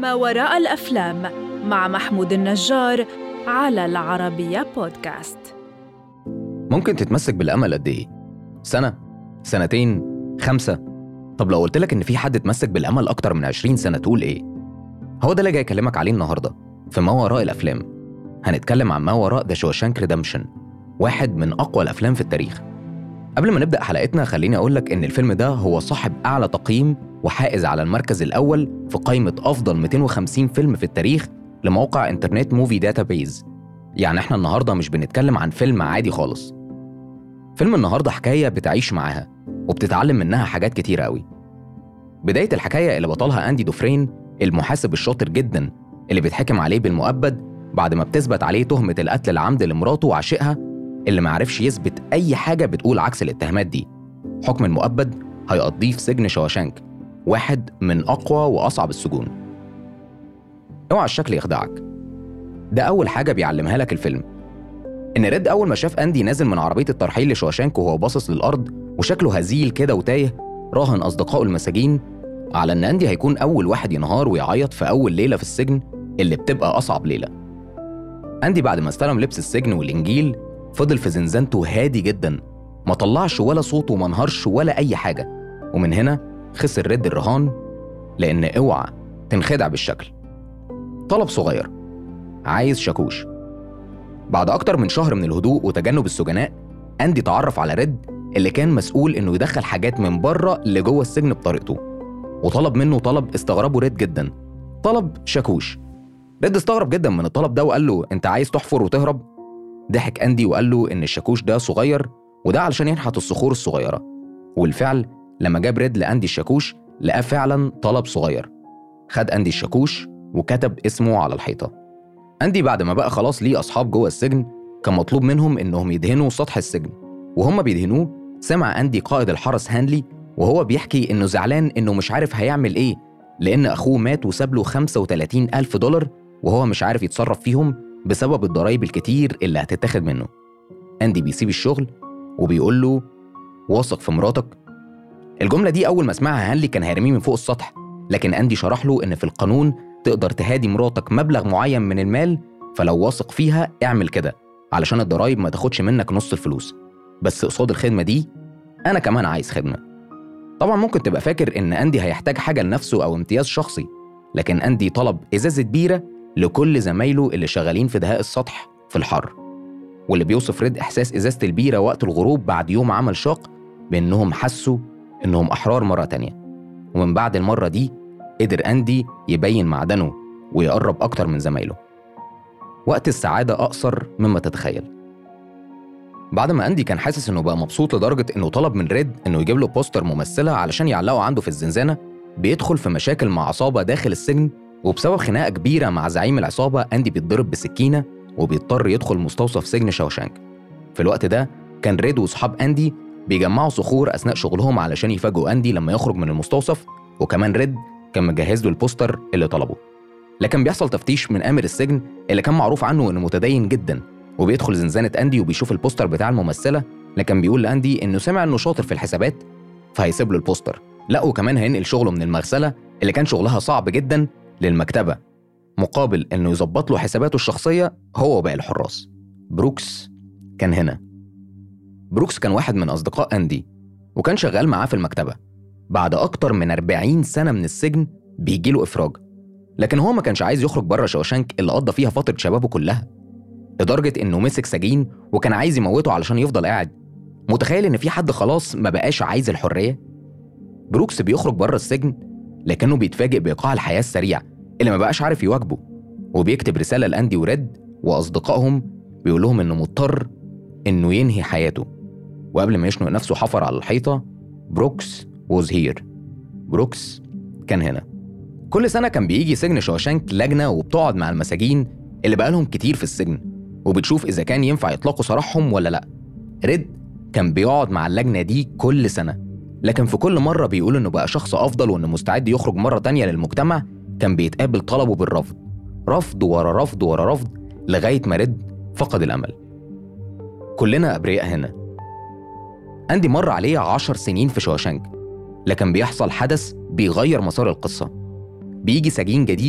ما وراء الأفلام مع محمود النجار على العربية بودكاست. ممكن تتمسك بالأمل قد إيه؟ سنة؟ سنتين؟ 5؟ طب لو قلت لك إن في حد اتمسك بالأمل أكتر من 20 سنة تقول إيه؟ هو ده اللي جاي أكلمك عليه النهاردة في ما وراء الأفلام. هنتكلم عن ما وراء ذا شوشانك ريدمشن، واحد من أقوى الأفلام في التاريخ. قبل ما نبدأ حلقتنا خليني أقولك إن الفيلم ده هو صاحب أعلى تقييم وحائز على المركز الأول في قائمة أفضل 250 فيلم في التاريخ لموقع انترنت موفي داتابيز. يعني إحنا النهاردة مش بنتكلم عن فيلم عادي خالص. فيلم النهاردة حكاية بتعيش معاها وبتتعلم منها حاجات كتيرة قوي. بداية الحكاية اللي بطلها أندي دوفرين، المحاسب الشاطر جدا اللي بيتحكم عليه بالمؤبد بعد ما بتثبت عليه تهمة القتل العمد لمراته وعشقها اللي معرفش يثبت أي حاجة بتقول عكس الاتهامات دي. حكم المؤبد هيقضيه في سجن شوشانك، واحد من أقوى وأصعب السجون. اوعى الشكل يخدعك. ده أول حاجة بيعلمها لك الفيلم، إن ريد أول ما شاف أندي نازل من عربية الترحيل لشوشانك وهو باصص للأرض وشكله هزيل كده وتايه، راهن أصدقائه المساجين على إن أندي هيكون أول واحد ينهار ويعيط في أول ليلة في السجن اللي بتبقى أصعب ليلة. أندي بعد ما استلم لبس السجن والإنجيل فضل في زنزانته هادي جدا، ما طلعش ولا صوت وما نهارش ولا أي حاجة. ومن هنا خسر ريد الرهان، لأن اوعى تنخدع بالشكل. طلب صغير، عايز شاكوش. بعد أكتر من شهر من الهدوء وتجنب السجناء، أندي تعرف على ريد اللي كان مسؤول إنه يدخل حاجات من بره لجوه السجن بطريقته، وطلب منه طلب استغربه ريد جدا، طلب شاكوش. ريد استغرب جدا من الطلب ده وقال له أنت عايز تحفر وتهرب؟ ضحك أندي وقال له إن الشاكوش ده صغير وده علشان ينحت الصخور الصغيرة. والفعل لما جاب ريد لأندي الشاكوش لقاه فعلا طلب صغير. خد أندي الشاكوش وكتب اسمه على الحيطة. أندي بعد ما بقى خلاص ليه أصحاب جوه السجن كان مطلوب منهم إنهم يدهنوا سطح السجن، وهم بيدهنوه سمع أندي قائد الحرس هانلي وهو بيحكي إنه زعلان إنه مش عارف هيعمل إيه، لأن أخوه مات وساب له $35,000 وهو مش عارف يتصرف فيهم بسبب الضرايب الكتير اللي هتتاخد منه. أندي بيسيب الشغل وبيقول له واثق في مراتك؟ الجملة دي أول ما سمعها هانلي كان هيرميه من فوق السطح، لكن أندي شرح له إن في القانون تقدر تهادي مراتك مبلغ معين من المال، فلو واثق فيها اعمل كده علشان الضرايب ما تاخدش منك نص الفلوس، بس قصاد الخدمة دي أنا كمان عايز خدمة. طبعا ممكن تبقى فاكر إن أندي هيحتاج حاجة لنفسه أو امتياز شخصي، لكن أندي طلب إزازة بيرة لكل زمايله اللي شغالين في دهاء السطح في الحر. واللي بيوصف ريد إحساس إزازة البيرة وقت الغروب بعد يوم عمل شاق بأنهم حسوا إنهم أحرار مرة تانية. ومن بعد المرة دي قدر أندي يبين معدنه ويقرب أكتر من زمايله. وقت السعادة أقصر مما تتخيل. بعد ما أندي كان حاسس إنه بقى مبسوط لدرجة إنه طلب من ريد إنه يجيب له بوستر ممثلة علشان يعلقه عنده في الزنزانة، بيدخل في مشاكل مع عصابة داخل السجن، وبسبب خناقة كبيرة مع زعيم العصابة أندي بيتضرب بسكينة وبيضطر يدخل مستوصف سجن شوشانك. في الوقت ده كان ريد وصحاب أندي بيجمعوا صخور أثناء شغلهم علشان يفاجئوا أندي لما يخرج من المستوصف، وكمان ريد كان مجهز له البوستر اللي طلبه. لكن بيحصل تفتيش من آمر السجن اللي كان معروف عنه إنه متدين جدا، وبيدخل زنزانة أندي وبيشوف البوستر بتاع الممثلة، لكن بيقول لأندي إنه سمع إنه شاطر في الحسابات فهيسيب له البوستر. لا وكمان هينقل شغله من المغسلة اللي كان شغلها صعب جدا للمكتبة، مقابل إنه يظبط له حساباته الشخصية هو وباقي الحراس. بروكس كان هنا. بروكس كان واحد من أصدقاء أندي وكان شغال معاه في المكتبة. بعد أكتر من 40 سنة من السجن بيجيله إفراج، لكن هو ما كانش عايز يخرج بره شوشانك اللي قضى فيها فترة شبابه كلها، لدرجة إنه مسك سجين وكان عايز يموته علشان يفضل قاعد. متخيل إن في حد خلاص ما بقاش عايز الحرية؟ بروكس بيخرج بره السجن لكنه بيتفاجئ بإيقاع الحياة السريع اللي ما بقاش عارف يواجبه، وبيكتب رسالة لأندي وريد وأصدقائهم بيقول لهم إنه مضطر إنه ينهي حياته. وقبل ما يشنق نفسه حفر على الحيطة بروكس was here. بروكس كان هنا. كل سنة كان بيجي سجن شوشانك لجنة وبتقعد مع المساجين اللي بقالهم كتير في السجن وبتشوف إذا كان ينفع يطلقوا سراحهم ولا لأ. ريد كان بيقعد مع اللجنة دي كل سنة، لكن في كل مرة بيقول إنه بقى شخص أفضل وإنه مستعد يخرج مرة تانية للمجتمع، كان بيتقابل طلبه بالرفض، رفض ورا رفض ورا رفض، لغاية ما ريد فقد الأمل. كلنا أبرياء هنا. أندي مر عليه 10 سنين في شوشانك، لكن بيحصل حدث بيغير مسار القصة. بيجي سجين جديد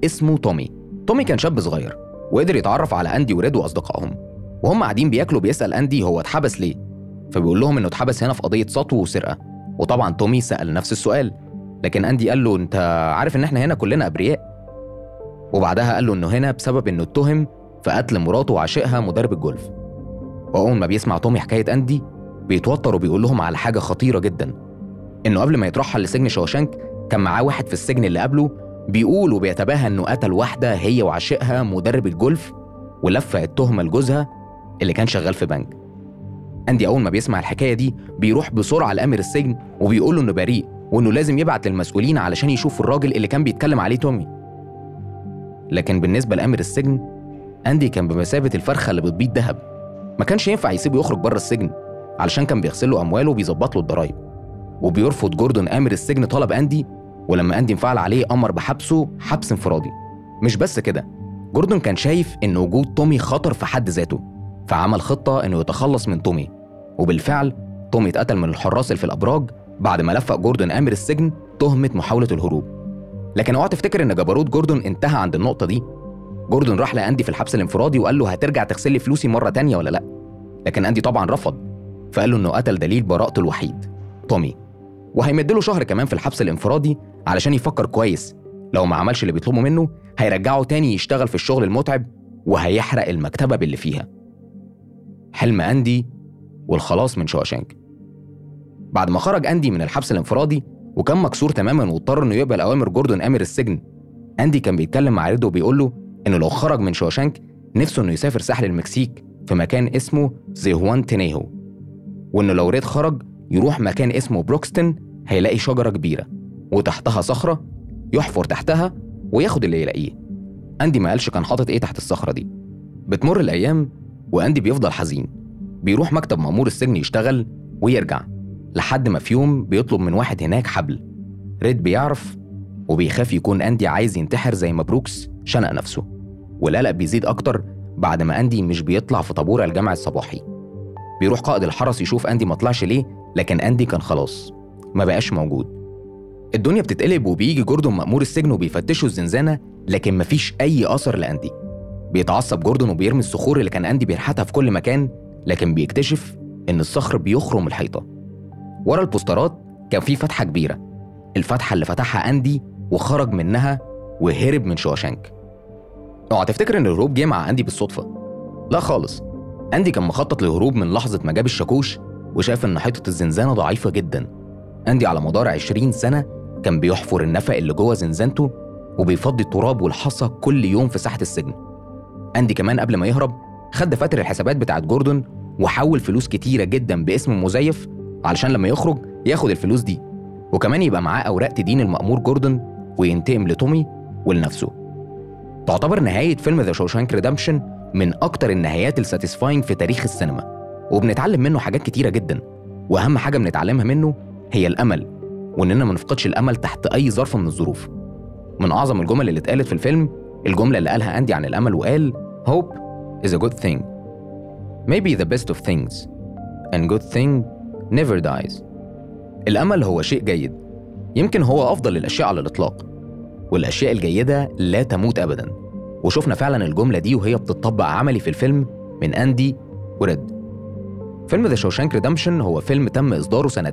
اسمه تومي. تومي كان شاب صغير وقدر يتعرف على أندي وريد وأصدقائهم، وهم قاعدين بياكلوا بيسأل أندي هو اتحبس ليه، فبيقول لهم إنه اتحبس هنا في قضية سطو وسرقة. وطبعا تومي سأل نفس السؤال، لكن أندي قال له أنت عارف إن إحنا هنا كلنا أبرياء. وبعدها قال له إنه هنا بسبب إنه اتهم في قتل مراته وعشقها مدرب الجولف. وأول ما بيسمع تومي حكاية أندي بيتوتر وبيقول لهم على حاجة خطيرة جدا، إنه قبل ما يترحل لسجن شوشانك كان معاه واحد في السجن اللي قبله بيقول وبيتباهى إنه قتل واحدة هي وعشقها مدرب الجولف ولفق التهمة لجوزها اللي كان شغال في بنك. أندي أول ما بيسمع الحكاية دي بيروح بسرعة لأمير السجن وبيقول له إنه بريء وإنه لازم يبعت للمسؤولين علشان يشوفوا الراجل اللي كان بيتكلم عليه تومي. لكن بالنسبة لأمير السجن أندي كان بمثابة الفرخة اللي بتبيض دهب، ما كانش ينفع يسيبه يخرج بره السجن علشان كان بيغسل له أمواله وبيظبط له الضرايب. وبيرفض جوردون آمر السجن طلب أندي، ولما أندي انفعل عليه أمر بحبسه حبس انفرادي. مش بس كده، جوردون كان شايف إن وجود تومي خطر في حد ذاته، فعمل خطة إنه يتخلص من تومي. وبالفعل تومي اتقتل من الحراس اللي في الأبراج بعد ما لفق جوردون آمر السجن تهمة محاولة الهروب. لكن اوعى تفتكر إن جبروت جوردون انتهى عند النقطة دي. جوردون راح لأندي في الحبس الانفرادي وقال له هترجع تغسل لي فلوسي مرة تانية ولا لأ؟ لكن أندي طبعا رفض، فقال له إنه قتل دليل براءته الوحيد تومي، وهيمدله شهر كمان في الحبس الانفرادي علشان يفكر كويس، لو ما عملش اللي بيطلبه منه هيرجعه تاني يشتغل في الشغل المتعب وهيحرق المكتبة باللي فيها. حلم أندي والخلاص من شوشانك. بعد ما خرج أندي من الحبس الانفرادي وكان مكسور تماما واضطر إنه يقبل أوامر جوردون آمر السجن، أندي كان بيتكلم مع ريد وبيقول له إنه لو خرج من شوشانك نفسه إنه يسافر ساحل المكسيك في مكان اسمه زيهوانتينيهو، وإنه لو ريد خرج يروح مكان اسمه بروكستن هيلاقي شجرة كبيرة وتحتها صخرة يحفر تحتها وياخد اللي يلاقيه. أندي ما قالش كان حاطط إيه تحت الصخرة دي. بتمر الأيام وأندي بيفضل حزين، بيروح مكتب مأمور السجن يشتغل ويرجع، لحد ما في يوم بيطلب من واحد هناك حبل. ريد بيعرف وبيخاف يكون أندي عايز ينتحر زي ما بروكس شنق نفسه، والقلق بيزيد أكتر بعد ما أندي مش بيطلع في طابور الجمع الصباحي. بيروح قائد الحرس يشوف أندي ما طلعش ليه، لكن أندي كان خلاص ما بقاش موجود. الدنيا بتتقلب وبيجي جوردون مأمور السجن وبيفتشوا الزنزانة، لكن مفيش أي أثر لأندي. بيتعصب جوردون وبيرمي الصخور اللي كان أندي بينحتها في كل مكان، لكن بيكتشف إن الصخر بيخرم الحيطة. ورا البوسترات كان في فتحة كبيرة، الفتحة اللي فتحها أندي وخرج منها وهرب من شوشانك. اوعى تفتكر إن الهروب جه مع أندي بالصدفة، لا خالص. أندي كان مخطط للهروب من لحظة ما جاب الشاكوش وشاف إن حيطة الزنزانة ضعيفة جدا. أندي على مدار 20 سنة كان بيحفر النفق اللي جوه زنزانته وبيفضي التراب والحصى كل يوم في ساحة السجن. أندي كمان قبل ما يهرب خد دفاتر الحسابات بتاعت جوردون وحول فلوس كتيرة جدا باسم مزيف علشان لما يخرج ياخد الفلوس دي، وكمان يبقى معاه أوراق تدين المأمور جوردون وينتقم لتومي ولنفسه. تعتبر نهاية فيلم ذا شوشانك ريدمبشن من أكتر النهايات الساتيسفاينج في تاريخ السينما، وبنتعلم منه حاجات كتيرة جدا، وأهم حاجة بنتعلمها منه هي الأمل، وإننا ما نفقدش الأمل تحت أي ظرف من الظروف. من أعظم الجمل اللي اتقالت في الفيلم الجملة اللي قالها أندي عن الأمل وقال Hope is a good thing, maybe the best of things, and good thing never dies. الأمل هو شيء جيد، يمكن هو أفضل الأشياء على الإطلاق، والأشياء الجيدة لا تموت أبداً. وشوفنا فعلاً الجملة دي وهي بتطبق عملي في الفيلم من أندي وريد. فيلم ذا شوشانك ريدمبشن هو فيلم تم إصداره سنة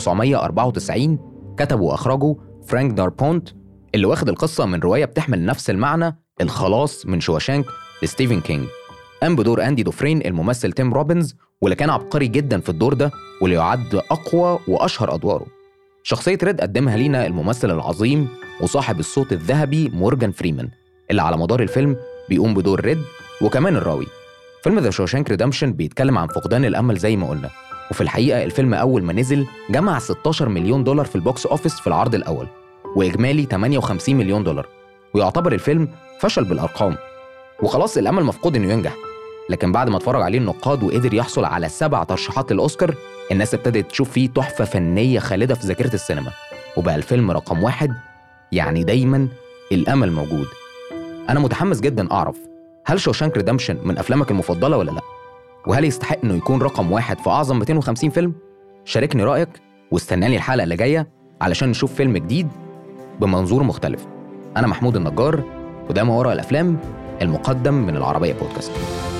1994، كتبه وأخرجه فرانك داربونت، اللي واخد القصة من رواية بتحمل نفس المعنى الخلاص من شوشانك لستيفن كينج. قام بدور أندي دوفرين الممثل تيم روبنز، واللي كان عبقري جدا في الدور ده واللي يعد أقوى وأشهر أدواره. شخصية ريد قدمها لينا الممثل العظيم وصاحب الصوت الذهبي مورجان فريمان، اللي على مدار الفيلم بيقوم بدور ريد وكمان الراوي. فيلم ذا شوشانك ريدمبشن بيتكلم عن فقدان الأمل زي ما قلنا، وفي الحقيقة الفيلم أول ما نزل جمع $16 مليون في البوكس أوفيس في العرض الأول، وإجمالي $58 مليون، ويعتبر الفيلم فشل بالأرقام وخلاص الأمل مفقود إنه ينجح. لكن بعد ما اتفرج عليه النقاد وقدر يحصل على 7 ترشيحات للأوسكار، الناس ابتدت تشوف فيه تحفة فنية خالدة في ذاكرة السينما، وبقى الفيلم رقم 1. يعني دايماً الأمل موجود. أنا متحمس جداً أعرف هل شوشانك ريدمبشن من أفلامك المفضلة ولا لأ؟ وهل يستحق إنه يكون رقم 1 في أعظم 250 فيلم؟ شاركني رأيك واستناني الحلقة اللي جاية علشان نشوف فيلم جديد بمنظور مختلف. أنا محمود النجار، وده ما وراء الأفلام، المقدم من العربية بودكاست.